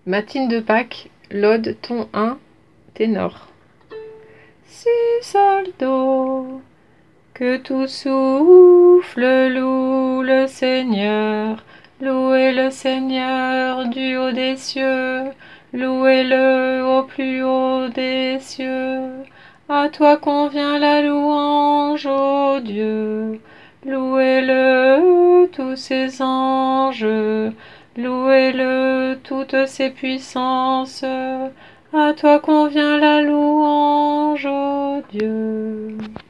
Matine de Pâques, Laude, ton 1, ténor. Si sol do, que tout souffle loue le Seigneur, louez le Seigneur du haut des cieux, louez-le au plus haut des cieux. À toi convient la louange, ô Dieu, louez-le tous ses anges, louez-le toutes ses puissances. À toi convient la louange, ô Dieu.